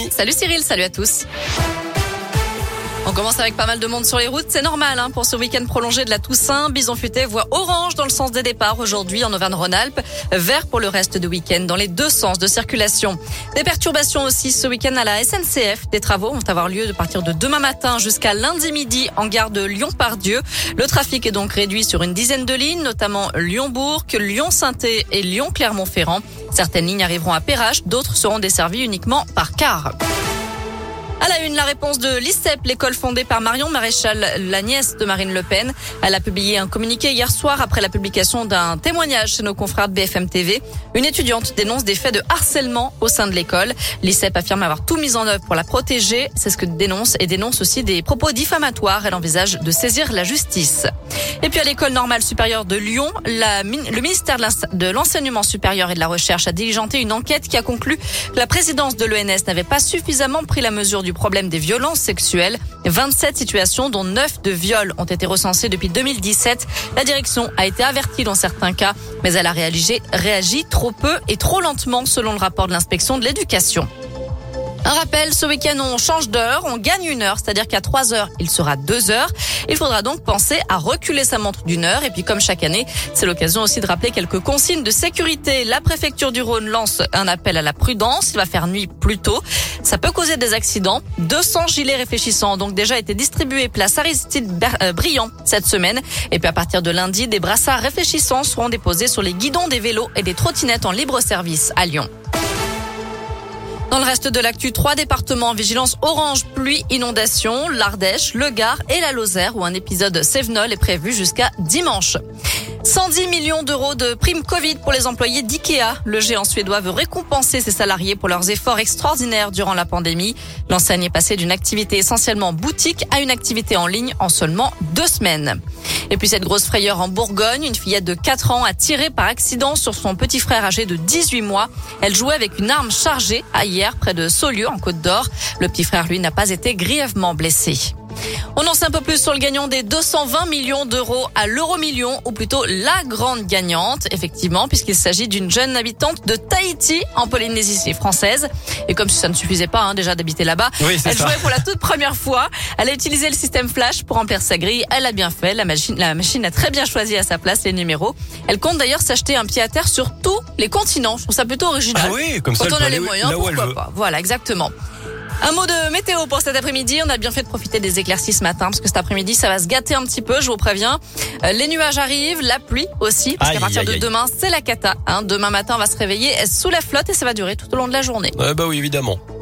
Salut Cyril, salut à tous. On commence avec pas mal de monde sur les routes. C'est normal pour ce week-end prolongé de la Toussaint. Bison futé voit orange dans le sens des départs aujourd'hui en Auvergne-Rhône-Alpes. Vert pour le reste du week-end dans les deux sens de circulation. Des perturbations aussi ce week-end à la SNCF. Des travaux vont avoir lieu de partir de demain matin jusqu'à lundi midi en gare de Lyon-Pardieu. Le trafic est donc réduit sur une dizaine de lignes, notamment Lyon-Bourg, Lyon-Sainté et Lyon-Clermont-Ferrand. Certaines lignes arriveront à Perrache, d'autres seront desservies uniquement par car. À la une, la réponse de l'ICEP, l'école fondée par Marion Maréchal, la nièce de Marine Le Pen. Elle a publié un communiqué hier soir après la publication d'un témoignage chez nos confrères de BFM TV. Une étudiante dénonce des faits de harcèlement au sein de l'école. L'ICEP affirme avoir tout mis en œuvre pour la protéger. C'est ce que dénonce aussi des propos diffamatoires. Elle envisage de saisir la justice. Et puis à l'école normale supérieure de Lyon, le ministère de l'enseignement supérieur et de la recherche a diligenté une enquête qui a conclu que la présidence de l'ENS n'avait pas suffisamment pris la mesure du problème des violences sexuelles. 27 situations, dont 9 de viols, ont été recensées depuis 2017. La direction a été avertie dans certains cas, mais elle a réagi trop peu et trop lentement, selon le rapport de l'inspection de l'éducation. Un rappel, ce week-end, on change d'heure, on gagne 1 heure, c'est-à-dire qu'à 3 heures, il sera 2 heures. Il faudra donc penser à reculer sa montre d'1 heure. Et puis, comme chaque année, c'est l'occasion aussi de rappeler quelques consignes de sécurité. La préfecture du Rhône lance un appel à la prudence. Il va faire nuit plus tôt. Ça peut causer des accidents. 200 gilets réfléchissants ont donc déjà été distribués place Aristide Briand cette semaine. Et puis, à partir de lundi, des brassards réfléchissants seront déposés sur les guidons des vélos et des trottinettes en libre service à Lyon. Dans le reste de l'actu, 3 départements en vigilance orange, pluie, inondation, l'Ardèche, le Gard et la Lozère, où un épisode Cévenol est prévu jusqu'à dimanche. 110 millions d'euros de primes Covid pour les employés d'IKEA. Le géant suédois veut récompenser ses salariés pour leurs efforts extraordinaires durant la pandémie. L'enseigne est passée d'une activité essentiellement boutique à une activité en ligne en seulement 2 semaines. Et puis cette grosse frayeur en Bourgogne, une fillette de 4 ans a tiré par accident sur son petit frère âgé de 18 mois. Elle jouait avec une arme chargée hier près de Saulieu en Côte d'Or. Le petit frère, lui, n'a pas été grièvement blessé. On en sait un peu plus sur le gagnant des 220 millions d'euros à l'euro-million, ou plutôt la grande gagnante, effectivement, puisqu'il s'agit d'une jeune habitante de Tahiti, en Polynésie française. Et comme si ça ne suffisait pas déjà d'habiter là-bas, elle jouait pour la toute première fois. Elle a utilisé le système Flash pour remplir sa grille. Elle a bien fait. La machine a très bien choisi à sa place les numéros. Elle compte d'ailleurs s'acheter un pied à terre sur tous les continents. Je trouve ça plutôt original. Ah oui, comme ça, quand on a les moyens, pourquoi pas. Voilà, exactement. Un mot de météo pour cet après-midi. On a bien fait de profiter des éclaircies ce matin parce que cet après-midi, ça va se gâter un petit peu, je vous préviens. Les nuages arrivent, la pluie aussi, parce qu'à partir de demain, c'est la cata. Demain matin, on va se réveiller sous la flotte et ça va durer tout au long de la journée. Bah oui, évidemment.